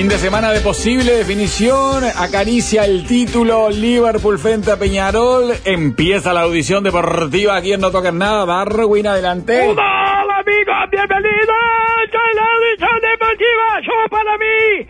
Fin de semana de posible definición, acaricia el título, Liverpool frente a Peñarol, empieza la audición deportiva, aquí en No Toques Nada, Darwin, adelante. Hola amigos, bienvenidos a la audición deportiva, yo para mí,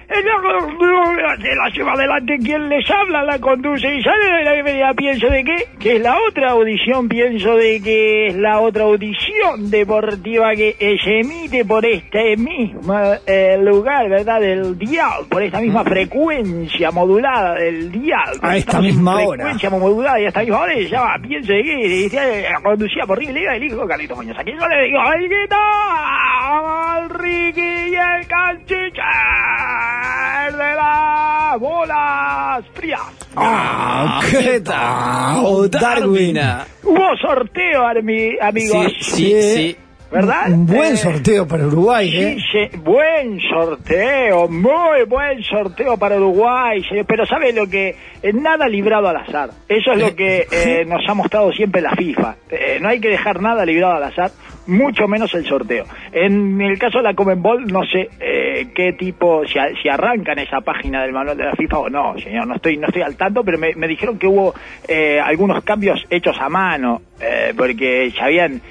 la lleva adelante quien les habla, la conduce y sale de la bienvenida, pienso de que es la otra audición, pienso de que es la otra audición deportiva que se emite por este mismo lugar, ¿verdad? Del dial, por esta misma frecuencia modulada del dial. A esta misma hora. Frecuencia modulada y a esta misma hora se llama, pienso de que conducía por Ricky Liga y Liga Carlitos Muñoz. Aquí yo le digo, ¡ay, qué tal! Ricky y el canchichar de las bolas frías. ¿Qué tal, Darwin? Hubo sorteo, amigos. Sí. ¿Verdad? Un buen sorteo para Uruguay, Sí, buen sorteo, muy buen sorteo para Uruguay, pero ¿sabe lo que? Nada librado al azar. Eso es lo que nos ha mostrado siempre la FIFA. No hay que dejar nada librado al azar, mucho menos el sorteo. En el caso de la Conmebol, no sé qué tipo, si arrancan esa página del manual de la FIFA o no, señor, no estoy al tanto, pero me dijeron que hubo algunos cambios hechos a mano, porque ya habían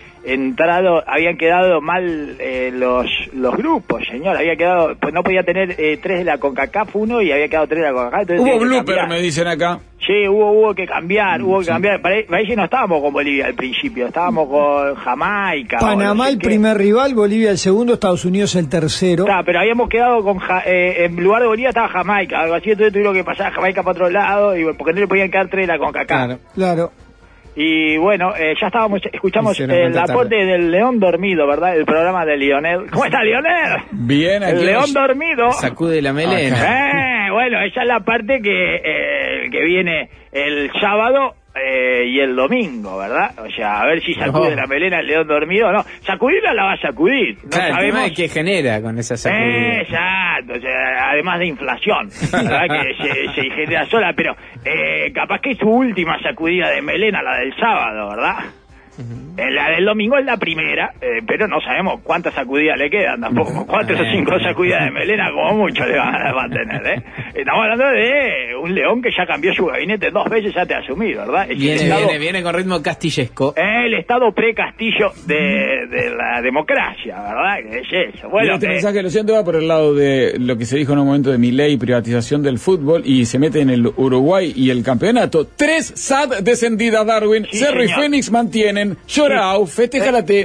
quedado mal los grupos, señor, había quedado, pues no podía tener 3 de la CONCACAF uno y había quedado 3 de la CONCACAF. Hubo blooper, me dicen acá. Sí, hubo que cambiar, Parece que no estábamos con Bolivia al principio, estábamos con Jamaica. Panamá el primer rival, Bolivia el segundo, Estados Unidos el tercero. Claro, pero habíamos quedado con en lugar de Bolivia estaba Jamaica, algo así, entonces tuvieron que pasar a Jamaica para otro lado, y porque no le podían quedar 3 de la CONCACAF. Claro. Y bueno, ya escuchamos el aporte del León Dormido, ¿verdad? El programa de Lionel. ¿Cómo está Lionel? Bien, aquí el León Dormido. Sacude la melena. Bueno, esa es la parte que viene el sábado y el domingo, ¿verdad? O sea, a ver si sacude la melena el León Dormido o no. Sacudirla la va a sacudir. No claro, sabemos qué genera con esa sacudida. Exacto, o sea, además de inflación, ¿verdad? Que se genera sola, pero capaz que es su última sacudida de melena, la del sábado, ¿verdad? La del domingo es la primera, pero no sabemos cuántas sacudidas le quedan tampoco. 4 o 5 sacudidas de melena como mucho le van a tener, Estamos hablando de un León que ya cambió su gabinete 2 veces ya te ha asumido, ¿verdad? Viene con ritmo castillesco. El estado pre-Castillo de la democracia, ¿verdad? Es eso. Bueno, este mensaje, lo siento, va por el lado de lo que se dijo en un momento de Milei, privatización del fútbol, y se mete en el Uruguay y el campeonato. 3 SAD descendidas, Darwin. Sí, Cerro señor. y Fénix mantienen. Llorao, festejalate.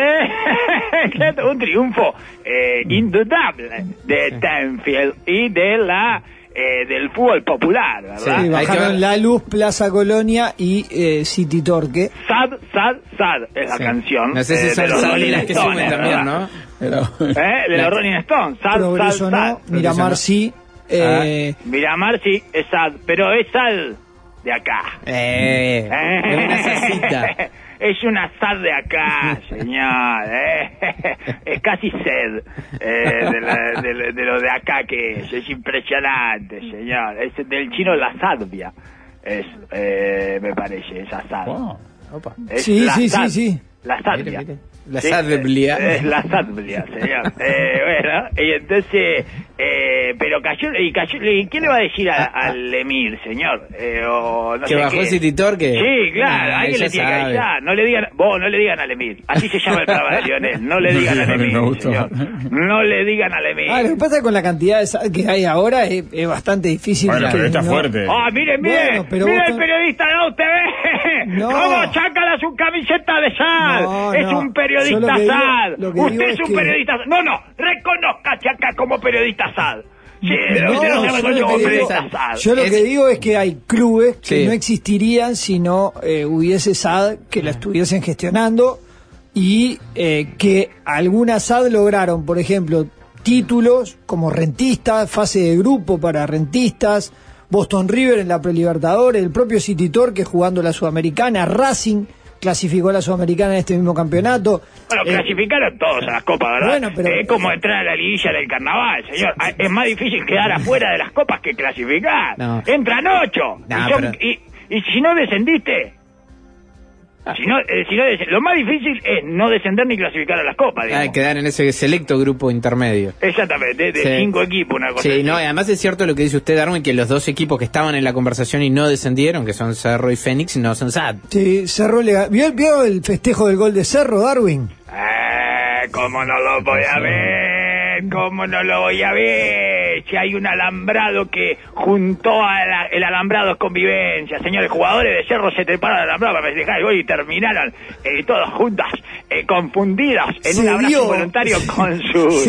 Un triunfo indudable de Tenfield y de del fútbol popular, ¿verdad? Sí, bajaron La Luz, Plaza Colonia y City Torque. Sad es la canción. No sé si son las que sumen también, ¿no? De los Rolling Stones. Progreso no, Miramar sí. Miramar sí, es sad, pero es sad de acá. Es una salsita. Es una sad de acá, señor. Es casi sed de lo de acá que es impresionante, señor. Es del chino la sadvia. Me parece, esa sad. Wow. Sí. La sadvia. La sadblia. Es la sadblia, señor. Bueno, y entonces, pero cayó, ¿y qué le va a decir al emir, señor? No ¿Que sé bajó City Torque? Sí, claro, alguien le tiene que avisar. No le digan al emir. Así se llama el programa de Lionel. No le digan al emir, señor. No le digan al emir. Lo que pasa con la cantidad de SAD que hay ahora es bastante difícil. Bueno, pero está fuerte. Miren, Bueno, pero mira vos el periodista de UTV. No. ¿Cómo chácala su camiseta de SAD? No, es un periodista SAD. Usted es un periodista SAD. No, reconózcase acá como periodista SAD. Sí, yo lo que digo es que hay clubes que no existirían si no hubiese SAD que la estuviesen gestionando y que algunas SAD lograron, por ejemplo, títulos como Rentistas, fase de grupo para Rentistas, Boston River en la Prelibertadores, el propio City Torque jugando la Sudamericana, Racing clasificó a la Sudamericana en este mismo campeonato. Bueno, clasificaron todos a las copas, ¿verdad? Bueno, pero es como entrar a la liguilla del carnaval, señor. Es más difícil quedar afuera de las copas que clasificar. No. Entran 8. No, y si no descendiste, Lo más difícil es no descender ni clasificar a las copas, digamos. Quedar en ese selecto grupo intermedio. Exactamente, de 5 equipos, una cosa Sí, así. no, y además es cierto lo que dice usted, Darwin, que los dos equipos que estaban en la conversación y no descendieron, que son Cerro y Fénix, no son SAD. Sí, Cerro ¿Vio el festejo del gol de Cerro, Darwin? ¿Cómo no lo voy a ver? ¿Cómo no lo voy a ver? Si hay un alambrado que juntó el alambrado es convivencia. Señores, jugadores de Cerro se treparon al alambrado para festejar el gol y terminaron todos juntos, confundidos, en un abrazo voluntario con sus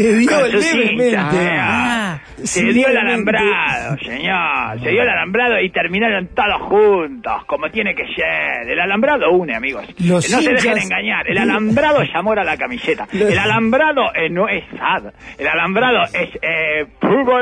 hinchas. Se dio el alambrado, señor. Se dio el alambrado y terminaron todos juntos, como tiene que ser. El alambrado une, amigos. No se dejen engañar. El alambrado es amor a la camiseta. El alambrado no es SAD. El alambrado es fútbol,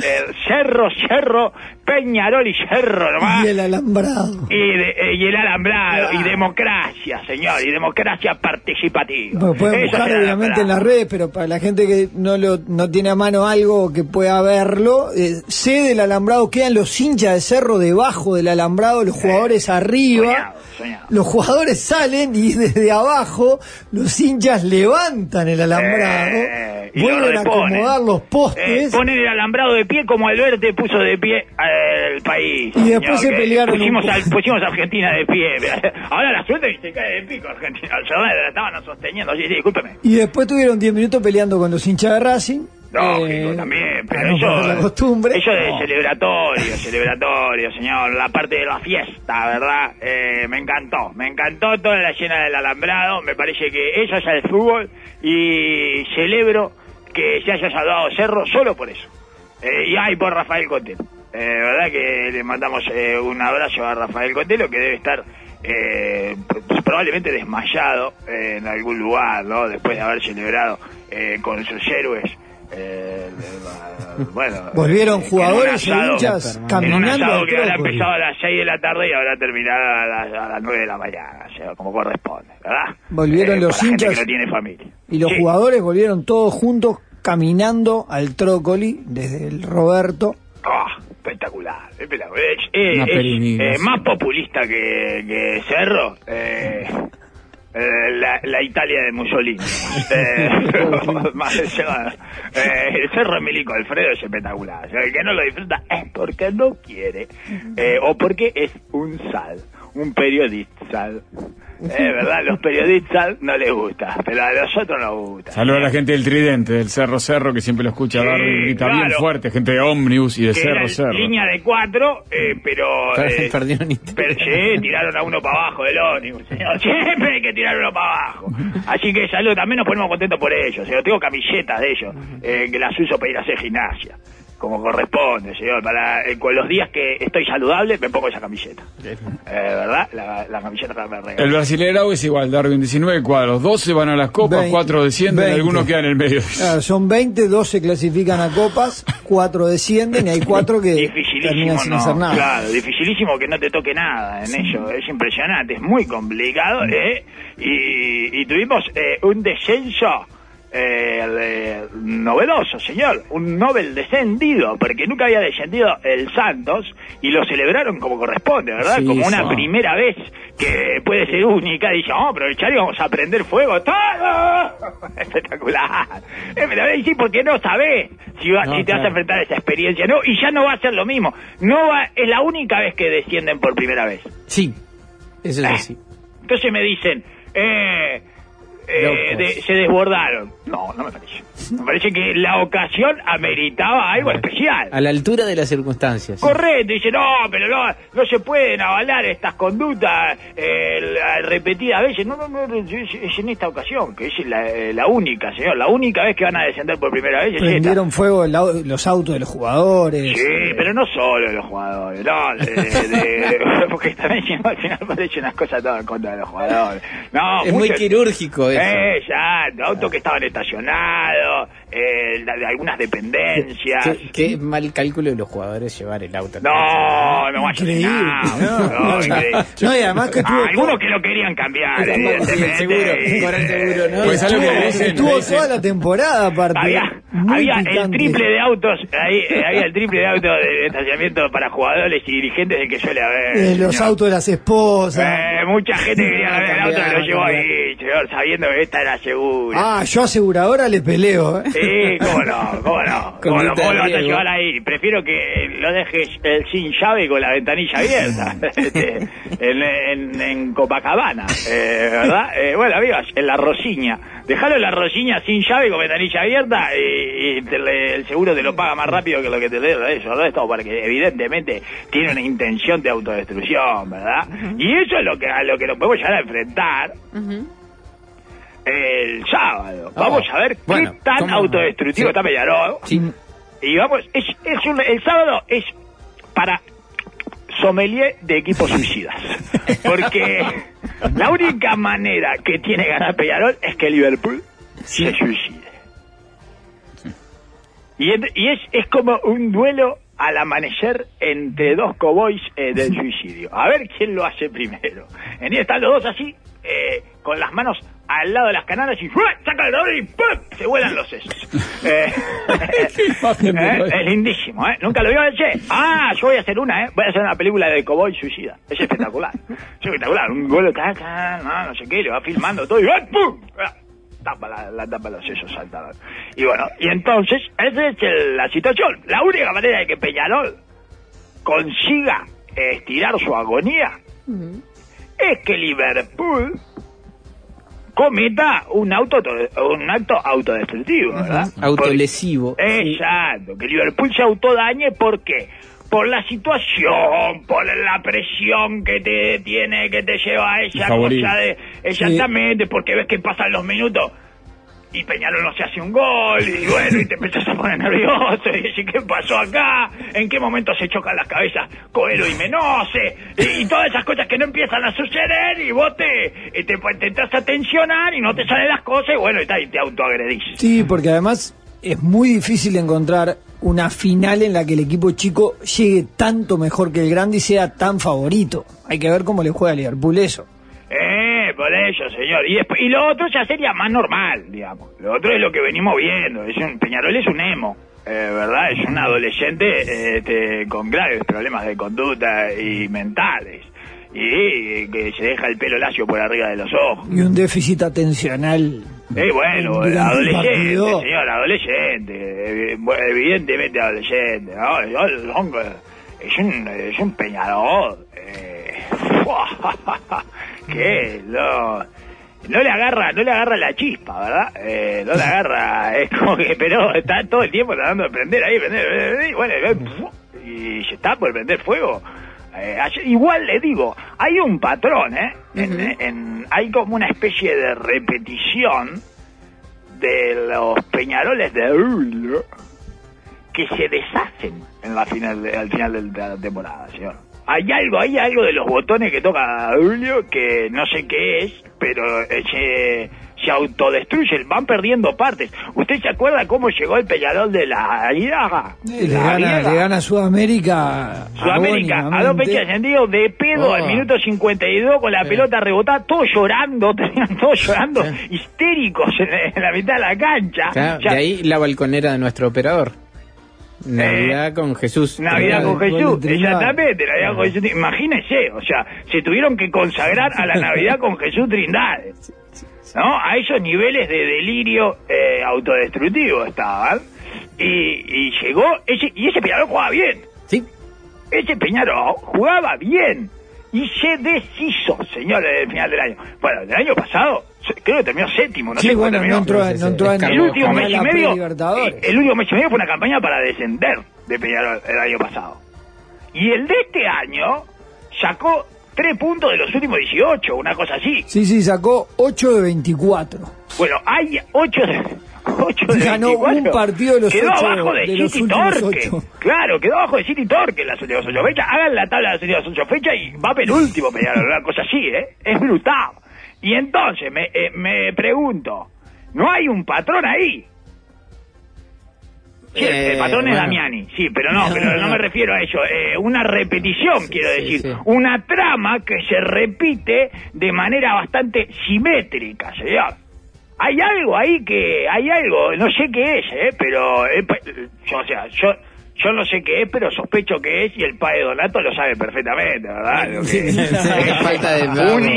Cerro, Peñarol y Cerro nomás. Y el alambrado. Y el alambrado. Y democracia, señor. Y democracia participativa. Bueno, pueden buscar obviamente en las redes, pero para la gente que no tiene a mano algo que pueda verlo, sede del alambrado, quedan los hinchas de Cerro debajo del alambrado, los jugadores arriba. Soñado. Los jugadores salen y desde abajo los hinchas levantan el alambrado, vuelven a acomodar los postes, ponen el alambrado de pie como Alberto puso de pie al país. Y después se pelearon. Pusimos a Argentina de pie. Ahora la suelta y se cae de pico Argentina. La estaban sosteniendo. Sí, discúlpeme. Y después tuvieron 10 minutos peleando con los hinchas de Racing. Lógico, también, pero eso de celebratorio, señor, la parte de la fiesta, ¿verdad? Me encantó toda la llena del alambrado, me parece que eso es el fútbol y celebro que se haya salvado Cerro solo por eso. Y por Rafael Cotelo, ¿verdad? Que le mandamos un abrazo a Rafael Cotelo, que debe estar probablemente desmayado en algún lugar, ¿no? Después de haber celebrado con sus héroes. Volvieron jugadores e hinchas caminando en un asado que habrá Trócoli. empezado a las 6 de la tarde y habrá terminado a las 9 de la mañana, o sea, como corresponde, ¿verdad? Volvieron los hinchas que no tiene familia. Y los jugadores volvieron todos juntos caminando al Trócoli desde el Roberto. Espectacular. Es más populista que Cerro. La Italia de Mussolini. El Cerro Emilico Alfredo es espectacular. O sea, el que no lo disfruta es porque no quiere, o porque es un un periodista. ¿Verdad? Los periodistas no les gusta, pero a los otros nos gusta. Saludos a la gente del Tridente, del Cerro, que siempre lo escucha Darwin, grita bien fuerte, gente de Ómnibus y de Cerro. Línea de 4, pero tiraron a uno para abajo del ómnibus, señor. Siempre hay que tirar uno para abajo. Así que salud, también nos ponemos contentos por ellos. Yo tengo camisetas de ellos, que las uso para ir a hacer gimnasia, como corresponde, señor. Con los días que estoy saludable me pongo esa camiseta, ¿verdad? La camiseta que me regaló. El Brasileirao es igual, Darwin, 19 cuadros, 12 van a las copas, 4 descienden, algunos quedan en el medio. Claro, son 20, 12 clasifican a copas, 4 descienden y hay 4 que terminan sin hacer nada. Claro, dificilísimo que no te toque nada en ello, es impresionante, es muy complicado, y tuvimos un descenso novedoso, señor, un Nobel descendido, porque nunca había descendido el Santos y lo celebraron como corresponde, ¿verdad? Sí, como una primera vez que puede ser única. Dice, aprovechar y vamos a prender fuego todo. Espectacular. Sí, porque no sabés si te vas a enfrentar a esa experiencia, ¿no? Y ya no va a ser lo mismo. Es la única vez que descienden por primera vez. Sí, eso es así. Entonces me dicen, se desbordaron. No me parece. Me parece que la ocasión ameritaba algo especial. A la altura de las circunstancias. Correcto, dice, pero no se pueden avalar estas conductas repetidas veces. No, es en esta ocasión, que es la única, señor, la única vez que van a descender por primera vez. Prendieron fuego los autos de los jugadores. Sí, pero no solo de los jugadores, porque también al final parece unas cosas todas en contra de los jugadores. No, es muy quirúrgico eso. Exacto, autos que estaban estacionados, de algunas dependencias. Qué mal cálculo de los jugadores llevar el auto. No va a ser nada. No, y además que algunos que lo querían cambiar, seguro, ¿no? Pues estuvo toda la temporada aparte. Había el triple de autos, había el triple de autos de estacionamiento para jugadores y dirigentes del que suele haber. Los autos de las esposas. mucha gente quería cambiar el auto, que lo llevó ahí, señor, sabiendo que esta era segura. Yo aseguradora le peleo, Sí, cómo no. ¿Cómo lo vas a llevar ahí? Prefiero que lo dejes sin llave y con la ventanilla abierta. en Copacabana, ¿verdad? Bueno, amigos, en la Rosiña. Dejalo en la Rosiña sin llave y con ventanilla abierta y el seguro te lo paga más rápido que lo que te dé eso, ¿verdad? Esto porque evidentemente tiene una intención de autodestrucción, ¿verdad? Y eso es a lo que nos podemos llegar a enfrentar el sábado. Vamos a ver qué tan autodestructivo está Peñarol. Sí. Y vamos, el sábado es para sommelier de equipos suicidas. Porque la única manera que tiene ganar Peñarol es que Liverpool se suicide. Y es como un duelo al amanecer entre dos cowboys del suicidio. A ver quién lo hace primero. En día están los dos así, con las manos al lado de las canadas y saca el doble y ¡pum! Se vuelan los sesos. Es lindísimo, ¿eh? Nunca lo vio, che. Yo voy a hacer voy a hacer una película de cowboy suicida. Es espectacular. Es espectacular. Un vuelo no sé qué, le va filmando todo y ¡pum! La tapa los sesos saltaron. Y bueno, y entonces, esa es la situación. La única manera de que Peñarol consiga estirar su agonía es que Liverpool cometa un acto autodestructivo, ¿verdad? Autolesivo. Exacto, que Liverpool se autodañe, ¿por qué? Por la situación, por la presión que te tiene, que te lleva a esa cosa de... Exactamente, porque ves que pasan los minutos y Peñarol no se hace un gol, y bueno, y te empezás a poner nervioso, y decís, ¿qué pasó acá? ¿En qué momento se chocan las cabezas Coelho y Menose? Y todas esas cosas que no empiezan a suceder, y vos te entras a tensionar, y no te salen las cosas, y bueno, y te autoagredís. Sí, porque además es muy difícil encontrar una final en la que el equipo chico llegue tanto mejor que el grande y sea tan favorito. Hay que ver cómo le juega a Liverpool eso. Por eso, señor. Y lo otro ya sería más normal, digamos. Lo otro es lo que venimos viendo. Peñarol es un emo, ¿verdad? Es un adolescente con graves problemas de conducta y mentales. Y que se deja el pelo lacio por arriba de los ojos. Y un déficit atencional. Bueno, adolescente, señor, adolescente. Evidentemente adolescente. Es un Peñarol. Que no le agarra la chispa, ¿verdad? No le agarra, es como que, pero está todo el tiempo tratando de prender, y bueno, y se está por prender fuego. Igual le digo, hay un patrón, hay como una especie de repetición de los Peñaroles de Julio que se deshacen al final de la temporada, señor. Hay algo de los botones que toca Julio que no sé qué es, pero se autodestruyen, van perdiendo partes. ¿Usted se acuerda cómo llegó el Peñarol de la Liga? Le gana a Sudamérica a 2 fechas sentido de pedo al minuto 52 con la pelota rebotada, todos llorando, histéricos en la mitad de la cancha. Claro, de ahí la balconera de nuestro operador. Navidad con Jesús. Navidad con Jesús, exactamente, Navidad con Jesús. Imagínese, o sea, se tuvieron que consagrar a la Navidad con Jesús Trindade, ¿no? A esos niveles de delirio autodestructivo estaban. Y llegó, ese Peñarol jugaba bien. Sí. Ese Peñarol jugaba bien. Y se deshizo, señores, del final del año. Bueno, del año pasado, creo que terminó séptimo, no sé cómo terminó. No entró en el último mes y medio. El último mes y medio fue una campaña para descender de Peñarol el año pasado. Y el de este año sacó 3 puntos de los últimos 18, una cosa así. Sí, sacó 8 de 24. Bueno, hay 8 de ganó 24. Un partido de los 8. Quedó abajo de City Torque. Claro, quedó abajo de City Torque en las últimas 8 fechas. Hagan la tabla de las últimas 8 fechas y va penúltimo Peñarol, una cosa así, Es brutal. Y entonces me pregunto, ¿no hay un patrón ahí? Sí, el patrón es Damiani, sí, pero no me refiero a eso. Una repetición, quiero decir. Sí. Una trama que se repite de manera bastante simétrica, señor. Hay algo ahí no sé qué es, pero yo Yo no sé qué es, pero sospecho que es, y el padre Donato lo sabe perfectamente, ¿verdad? Falta de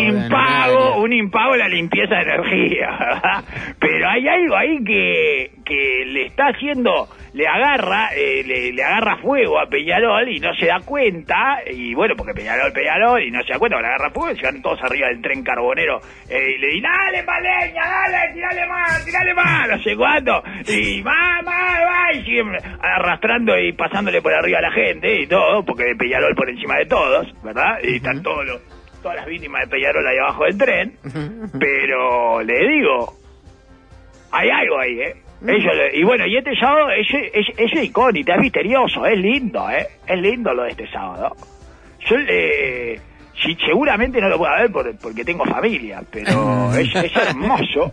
un impago en la limpieza de energía, ¿verdad? Pero hay algo ahí que le está haciendo, le agarra fuego a Peñarol y no se da cuenta, y bueno, porque Peñarol, y no se da cuenta, le agarra fuego y se van todos arriba del tren carbonero, y le dicen, dale paleña, dale, tirale más, no sé cuánto, y va, y siguen arrastrando y pasándole por arriba a la gente y todo, porque Peñarol por encima de todos, ¿verdad? Y están todas las víctimas de Peñarol ahí abajo del tren, pero le digo, hay algo ahí, y bueno, y este sábado es icónico, es misterioso, es lindo lo de este sábado. Yo sí, seguramente no lo puedo ver porque tengo familia, pero es hermoso,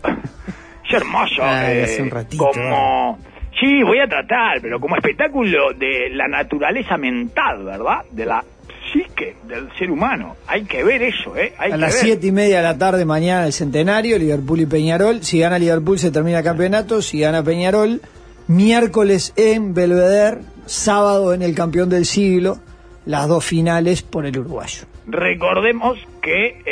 hace un ratito, sí, voy a tratar, pero como espectáculo de la naturaleza mental, ¿verdad? De la psique del ser humano. Hay que ver eso, a las 7:30 de la tarde mañana el centenario, Liverpool y Peñarol. Si gana Liverpool se termina el campeonato, si gana Peñarol, miércoles en Belvedere, sábado en el campeón del siglo, las dos finales por el uruguayo. Recordemos que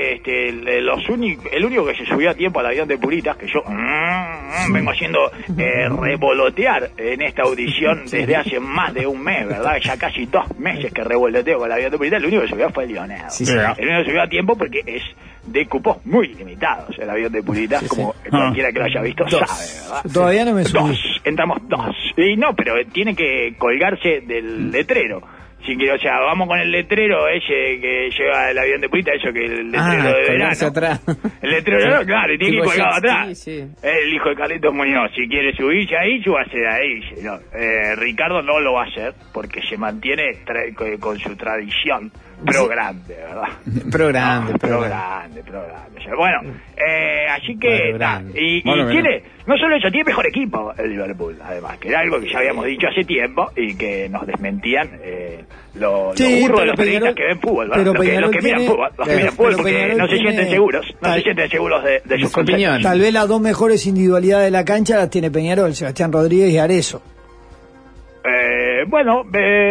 el único que se subió a tiempo al avión de Puritas, que yo vengo haciendo revolotear en esta audición desde hace más de un mes, ¿verdad? Ya casi 2 meses que revoloteo con el avión de Puritas. El único que subió fue Lionel. El único que subió a tiempo porque es de cupos muy limitados el avión de Puritas, como cualquiera que lo haya visto sabe, ¿verdad? Todavía no me subí. Entramos 2. Y no, pero tiene que colgarse del letrero. O sea, vamos con el letrero ese que lleva el avión de Purita, eso que el letrero de verano. Atrás. El letrero, claro, y tiene que ir colgado atrás. Sí. El hijo de Carlitos Muñoz, si quiere subirse ahí, súbase de ahí. No, Ricardo no lo va a hacer porque se mantiene con su tradición grande, ¿verdad? Pro grande. Bueno, así que y tiene, no solo eso, tiene mejor equipo el Liverpool, además, que era algo que ya habíamos dicho hace tiempo y que nos desmentían los burros de los periodistas que ven fútbol, ¿verdad? Los que miran fútbol, porque no se sienten seguros, de sus opiniones. Tal vez las dos mejores individualidades de la cancha las tiene Peñarol, Sebastián Rodríguez y Arezzo. Bueno,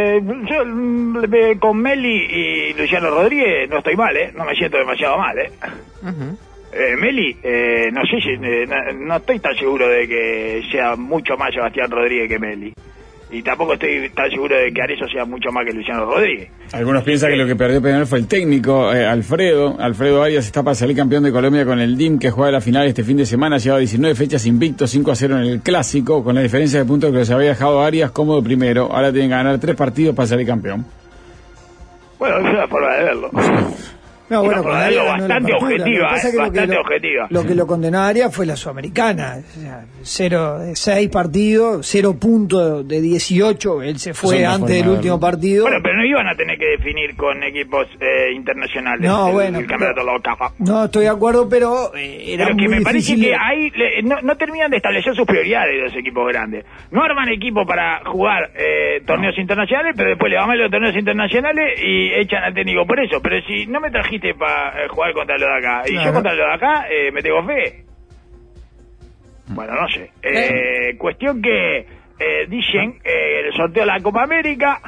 yo con Meli y Luciano Rodríguez no estoy mal, no me siento demasiado mal, Meli, no sé si no estoy tan seguro de que sea mucho más Sebastián Rodríguez que Meli. Y tampoco estoy tan seguro de que Arezzo sea mucho más que Luciano Rodríguez. Algunos piensan que lo que perdió Peñarol fue el técnico, Alfredo Arias está para salir campeón de Colombia con el DIM, que juega la final este fin de semana, lleva 19 fechas invicto, 5-0 en el Clásico, con la diferencia de puntos que se había dejado Arias cómodo primero, ahora tienen que ganar 3 partidos para salir campeón. Bueno, es una forma de verlo. No, bueno, bastante objetiva, objetiva. Lo que lo condenó a Arias fue la Sudamericana, o sea, 0 de 6 partidos, 0 puntos de 18, él se fue antes del último partido. Bueno, pero no iban a tener que definir con equipos internacionales el campeonato local. No, estoy de acuerdo, pero era muy que me parece difícil. que ahí no terminan de establecer sus prioridades los equipos grandes. No arman equipo para jugar torneos internacionales, pero después le van mal los torneos internacionales y echan al técnico por eso. Pero si no me trajiste para jugar contra los de acá y yo contra los de acá me tengo fe, bueno, no sé, cuestión que dicen el sorteo de la Copa América,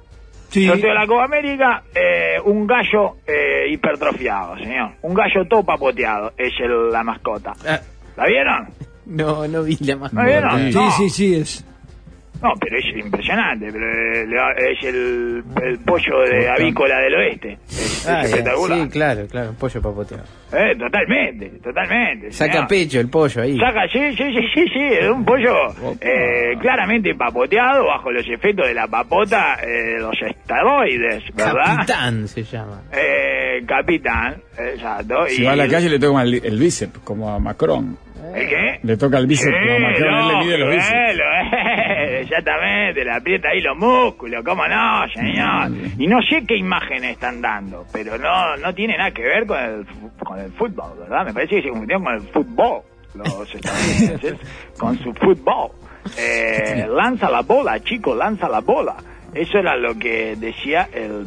un gallo hipertrofiado, señor, un gallo todo papoteado es la mascota. ¿La vieron? No vi la mascota. ¿La vieron? Sí es. No, pero es impresionante, pero es el pollo de avícola del oeste. Es espectacular. Sí, claro, un pollo papoteado. Totalmente. Saca pecho el pollo ahí. Sí, es un pollo claramente papoteado bajo los efectos de la papota, los esteroides, ¿verdad? Capitán se llama. Capitán, exacto. Si va a la calle le toca el bíceps, como a Macron. ¿El qué? Le toca el bíceps como a Macron, él le mide los bíceps. Exactamente, le aprieta ahí los músculos, ¿cómo no, señor? Y no sé qué imagen están dando, pero no tiene nada que ver con el fútbol, ¿verdad? Me parece que se confundieron con el fútbol, los estadounidenses, con su fútbol. Lanza la bola, chico, lanza la bola. Eso era lo que decía el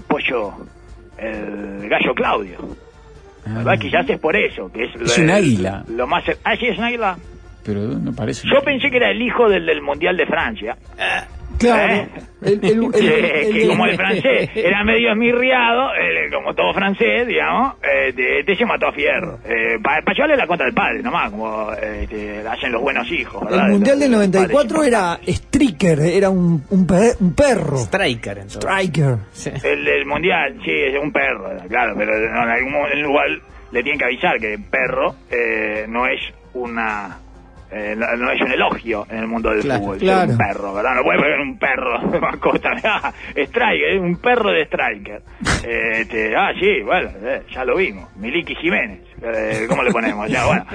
gallo Claudio. ¿Verdad? Quizás es por eso, que es un águila. Lo más... sí, es un águila. Pero no parece. Yo pensé que era el hijo del Mundial de Francia. Claro. Que como el francés era medio esmirriado, como todo francés, digamos, se mató a fierro. Para llevarle la cuenta del padre, nomás, como hacen los buenos hijos, ¿verdad? El Mundial del 94 era Striker, era un perro. Striker, entonces. Striker. Sí. El Mundial, sí, es un perro, claro, pero en algún lugar le tienen que avisar que perro no es una... no es un elogio en el mundo del fútbol, claro. Es un perro, ¿verdad? No puede poner un perro de mascota, Striker, es un perro de Striker. Sí, bueno, ya lo vimos, Miliki Jiménez, ¿cómo le ponemos? Ya, bueno.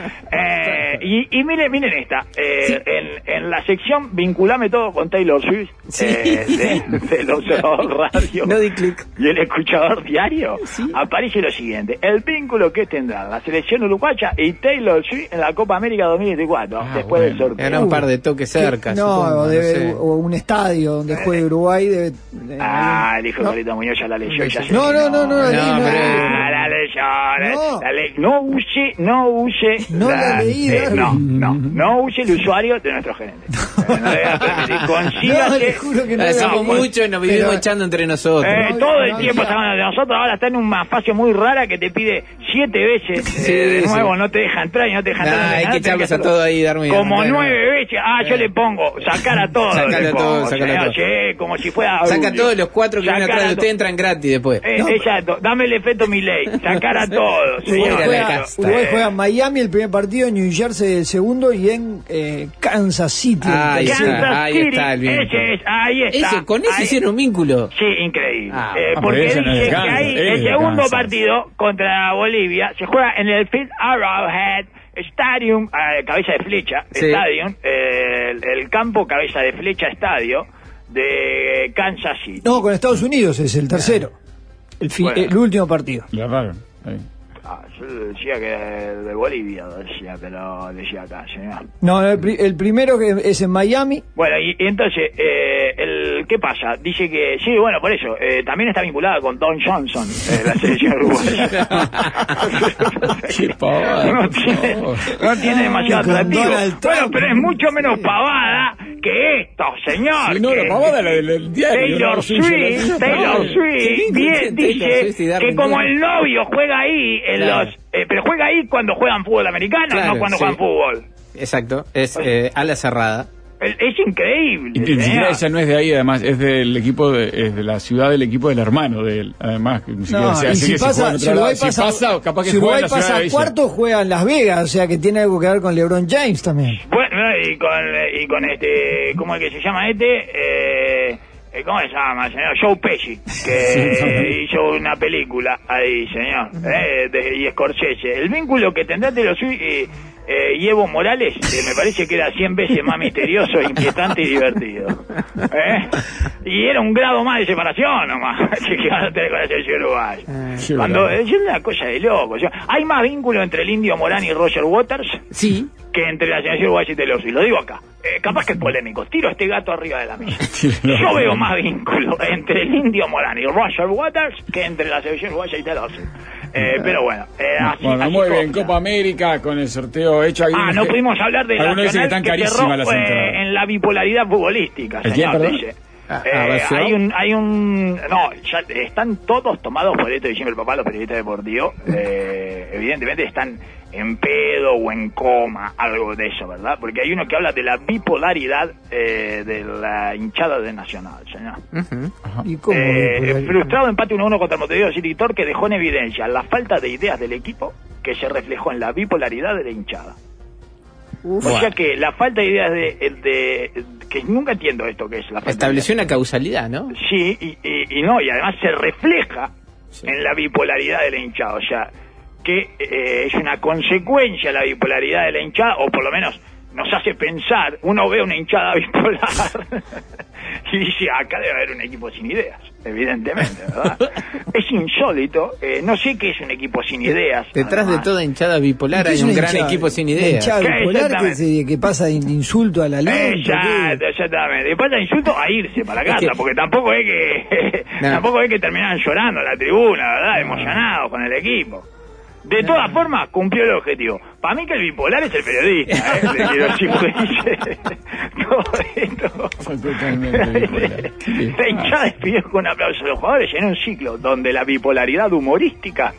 Y miren esta, en la sección Vinculame todo con Taylor Swift, del Observador Radio No di clic. y el Escuchador Diario, aparece lo siguiente: el vínculo que tendrán la selección uruguaya y Taylor Swift en la Copa América 2024, después del sorteo. Era un par de toques cerca. No, supongo, sé. o un estadio donde juegue Uruguay. El hijo de Carlito Muñoz ya la leyó. Ya se No, la leyó. No use. No la leí, no use el usuario de nuestro gerente. No le voy a permitir. No, le juro que no. Somos muchos y nos vivimos echando entre nosotros. Todo el tiempo está hablando de nosotros. Ahora está en una fase muy rara que te pide 7 veces de nuevo, no te deja entrar y no te deja entrar. Hay que echarlos a todos ahí, Darwin. Como 9 veces. Yo le pongo sacar a todos. Sacar a todos. Como si fuera. Saca a todos los 4 que vienen atrás de usted, entran gratis después. Exacto, dame el efecto Milei, sacar a todos, señor. Uruguay juega en Miami el primer partido, en New Jersey el segundo y en Kansas City. Ahí está el vínculo. Ahí está. Con ese hicieron vínculo. Sí, increíble. pero Porque ese dice no es que Kansas, ahí él es el de segundo Kansas. partido contra Bolivia se juega en el Field Arrowhead Stadium, cabeza de flecha, Sí. Stadium, el campo cabeza de flecha estadio de Kansas City. No, con Estados Unidos es el tercero. El último partido. Le erraron. Ahí. Yo decía que de Bolivia, pero decía acá, señor. No, el primero que es en Miami. Bueno, y entonces, ¿qué pasa? Dice que, sí, bueno, por eso, también está vinculada con Don Johnson, la selección uruguaya. Qué pavada. No tiene demasiado Con atractivo. Donald Trump. Bueno, pero es mucho menos pavada que esto, señor. Sí, no, la pavada del diario. Taylor Swift bien dice que como el novio juega ahí en pero juega ahí cuando juegan fútbol americano, Claro, no cuando sí. juegan fútbol. Exacto, es ala cerrada. Es increíble. Y ni siquiera ella no es de ahí, además, es del equipo, es de la ciudad del equipo del hermano de él. Además, que ni siquiera No, se y hace si que pasa, se juega en si otro Uruguay lado. Si pasa, capaz que si juega en Uruguay la ciudad pasa de a ella. cuarto, juega en Las Vegas, o sea que tiene algo que ver con LeBron James también. Bueno, y con ¿cómo es que se llama ¿cómo se llama, señor? Joe Pesci, que hizo una película ahí, señor, y Scorsese. El vínculo que tendrá Taylor Swift y Evo Morales me parece que era 100 veces más misterioso, inquietante y divertido. Y era un grado más de separación nomás que van a tener con la selección uruguaya. Cuando es una cosa de loco. O sea, hay más vínculo entre el Indio Morán y Roger Waters Sí. que entre la selección uruguaya y Taylor Swift. Lo digo acá. Capaz que es polémico. Tiro a este gato arriba de la mesa. Yo veo más vínculo entre el Indio Morán y Roger Waters que entre la selección uruguaya y Taylor Swift. Pero bueno, así, Bueno, así muy bien, cosa. Copa América con el sorteo hecho. No pudimos hablar de algunos dicen que están que carísimas cerró las entradas. en la bipolaridad futbolística, ¿El señor. quién, perdón? Dice. ¿Vació? Ya están todos tomados por esto, diciendo el papá, los periodistas deportivos, evidentemente están en pedo o en coma, algo de eso, ¿verdad? Porque hay uno que habla de la bipolaridad de la hinchada de Nacional, señor. ¿Y cómo? Frustrado empate 1-1 contra el Montevideo City Torque dejó en evidencia la falta de ideas del equipo que se reflejó en la bipolaridad de la hinchada. O sea que la falta de ideas que nunca entiendo esto que es la falta Estableció de una causalidad, ¿no? ideas. Sí, y no, y además se refleja en la bipolaridad de la hinchada, o sea, que es una consecuencia la bipolaridad de la hinchada, o por lo menos nos hace pensar, uno ve una hinchada bipolar y dice, acá debe haber un equipo sin ideas, evidentemente, ¿verdad? Es insólito, no sé qué es un equipo sin ideas. Detrás de además. toda hinchada bipolar hay un gran equipo sin ideas. Hinchada bipolar Exactamente. que pasa de insulto al aliento. Exactamente. Después da insulto a irse para casa, porque tampoco es que tampoco es que terminaban llorando en la tribuna, ¿verdad? Emocionados con el equipo. De todas formas, cumplió el objetivo. Para mí que el bipolar es el periodista, le quiero decir, dice todo esto. La hinchada despidió con un aplauso a los jugadores en un ciclo donde la bipolaridad humorística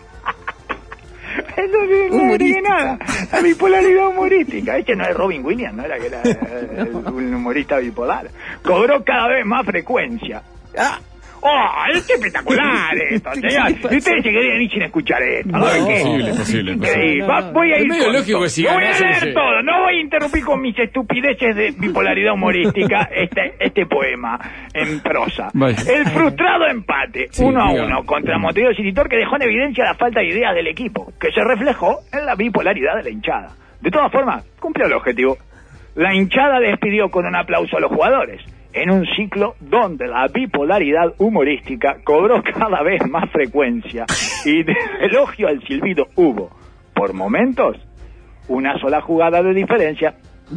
eso no tiene nada. La bipolaridad humorística. Este no es Robin Williams, ¿no? Era que era un humorista bipolar. Cobró cada vez más frecuencia. ¡Oh, es espectacular esto, señor! Y ustedes se querían ir sin escuchar esto. No, posible. Voy a ir medio lógico que si voy a ganás, leer todo. No voy a interrumpir con mis estupideces de bipolaridad humorística este poema en prosa. Vaya. El frustrado empate 1-1 contra Montevideo City Torque dejó en evidencia la falta de ideas del equipo, que se reflejó en la bipolaridad de la hinchada. De todas formas, cumplió el objetivo. La hinchada despidió con un aplauso a los jugadores, en un ciclo donde la bipolaridad humorística cobró cada vez más frecuencia y de elogio al silbido hubo, por momentos, una sola jugada de diferencia.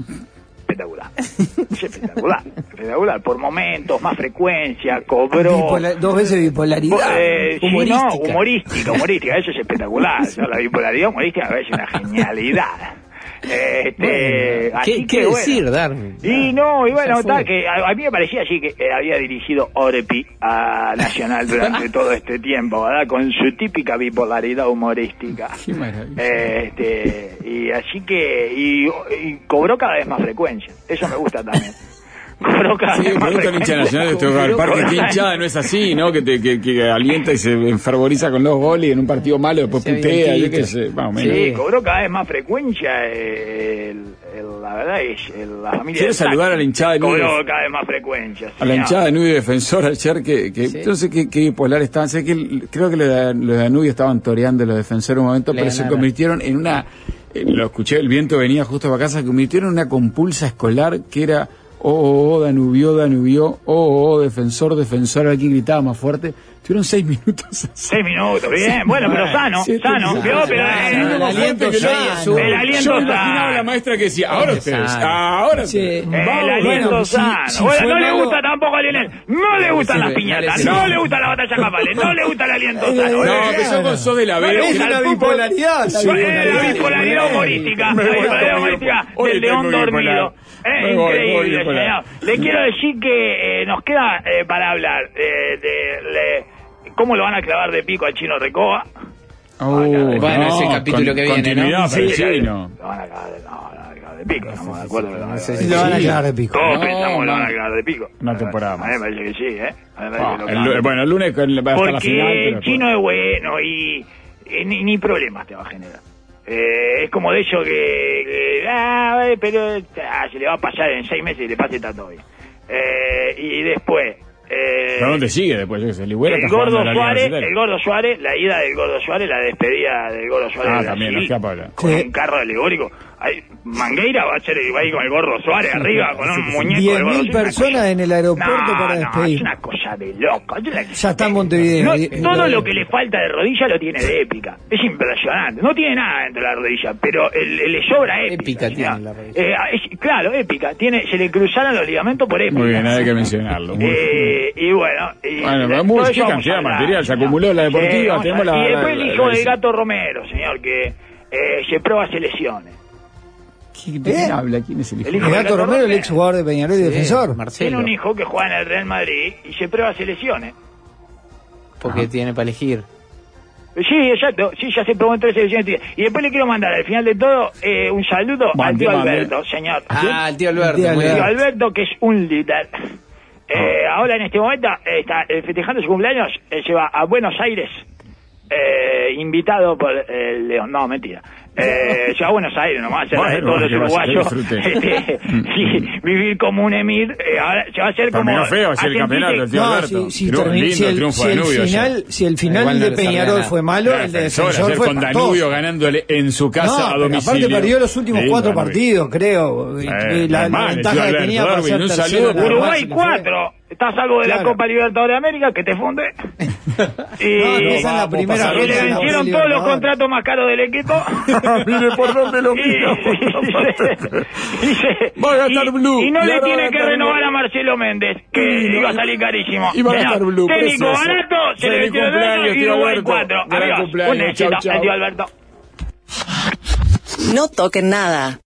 Espectacular. Por momentos, más frecuencia, cobró... dos veces bipolaridad. Humorística, eso es espectacular. La bipolaridad humorística es una genialidad. ¿Qué decir, Darwin? Y bueno, que a mí me parecía así que había dirigido Orepi a Nacional durante todo este tiempo, ¿verdad? Con su típica bipolaridad humorística. Qué maravilla. Y así que y cobró cada vez más frecuencia. Eso me gusta también. Cobró cada vez más pregunta el hincha nacional del parque, que hinchada no es así, ¿no? Que alienta y se enfervoriza con los goles y en un partido malo después putea, yo qué sé, más o menos. Sí, cobró cada vez más frecuencia, la verdad es la familia. Quiero saludar a la hinchada de Nubes. Cobró cada vez más frecuencia. A la hinchada de Nubes Defensor ayer, sí. No sé qué bipolar estaban, sé que creo que los de Nubes estaban toreando los defensores un momento, pero se convirtieron en una, lo escuché, el viento venía justo para casa, se convirtieron en una compulsa escolar que era... Danubio, defensor, aquí gritaba más fuerte. Tuvieron 6 minutos. 6 minutos, bien, bueno, pero sano. Pero el aliento sano. Yo imaginaba a la maestra que decía, ahora ustedes, el aliento sano. Bueno, no le gusta tampoco a Lionel, no le gustan las piñatas, no le gusta la batalla campales, no le gusta el aliento sano. No, que sos de la B. Es la bipolaridad. La bipolaridad humorística. La bipolaridad humorística del león dormido. Increíble, señor. Le quiero decir que nos queda para hablar de cómo lo van a clavar de pico al Chino Recoba. Bueno, ese capítulo que viene, ¿no? Sí, Chino. Lo van a clavar de pico, estamos de acuerdo. Lo van a clavar de pico. Todos pensamos que lo van a clavar de pico. Una temporada más. A mí me parece que sí, Bueno, el lunes va a estar la final. Porque el Chino es bueno y ni problemas te va a generar. Es como de ellos pero se le va a pasar en 6 meses y le pase tanto bien. Y después... ¿Pero dónde sigue después? El Gordo Suárez, la ida del Gordo Suárez, la despedida del Gordo Suárez también, con un carro alegórico. Mangueira va a ir con el Gordo Suárez arriba, con un muñeco del Gordo 10.000 personas en el aeropuerto para despedir. Es una cosa de loco. Ya está en Montevideo. Todo lo que le falta de rodilla lo tiene de épica. Es impresionante. No tiene nada dentro de la rodilla, pero le sobra épica. Tiene la rodilla. Claro, épica. Se le cruzaron los ligamentos por épica. Muy bien, hay que mencionarlo. Y bueno, qué cantidad de material se acumuló la deportiva. Y después el hijo del Gato Romero, señor, que se prueba selecciones. ¿Quién habla? ¿Quién es el hijo? El Gato Romero, el ex jugador de Peñarol y defensor. Marcelo. Tiene un hijo que juega en el Real Madrid y se prueba selecciones. Porque tiene para elegir. Sí, exacto. Sí, ya se probó en 3 selecciones. Y después le quiero mandar al final de todo un saludo al tío Alberto, señor. El tío Alberto. El tío Alberto, que es un líder. Ahora en este momento está festejando su cumpleaños, se va a Buenos Aires, invitado por el León. No, mentira. Se va a Buenos Aires nomás, hacer de todos los uruguayos. Vivir como un emir. Ahora se va a hacer como. Feo hacer el campeonato, el tío Alberto. Si el final de Peñarol fue malo, el de Defensor fue con Danubio ganándole en su casa a domicilio. Aparte perdió los últimos 4 partidos, creo. La ventaja que tenía para ser tercero. Uruguay 4. Estás salvo de la Copa Libertadores de América, que te funde. Y esa es la primera le vencieron todos los contratos más caros del equipo. Mire por dónde lo miro. Va a gastar Blue. Y no le tiene que renovar a Marcelo Méndez, que iba a salir carísimo. Y va a gastar Blue. Técnico barato, se le venció el año y Uruguay 4. Adiós. Un éxito, tío Alberto. No toquen nada.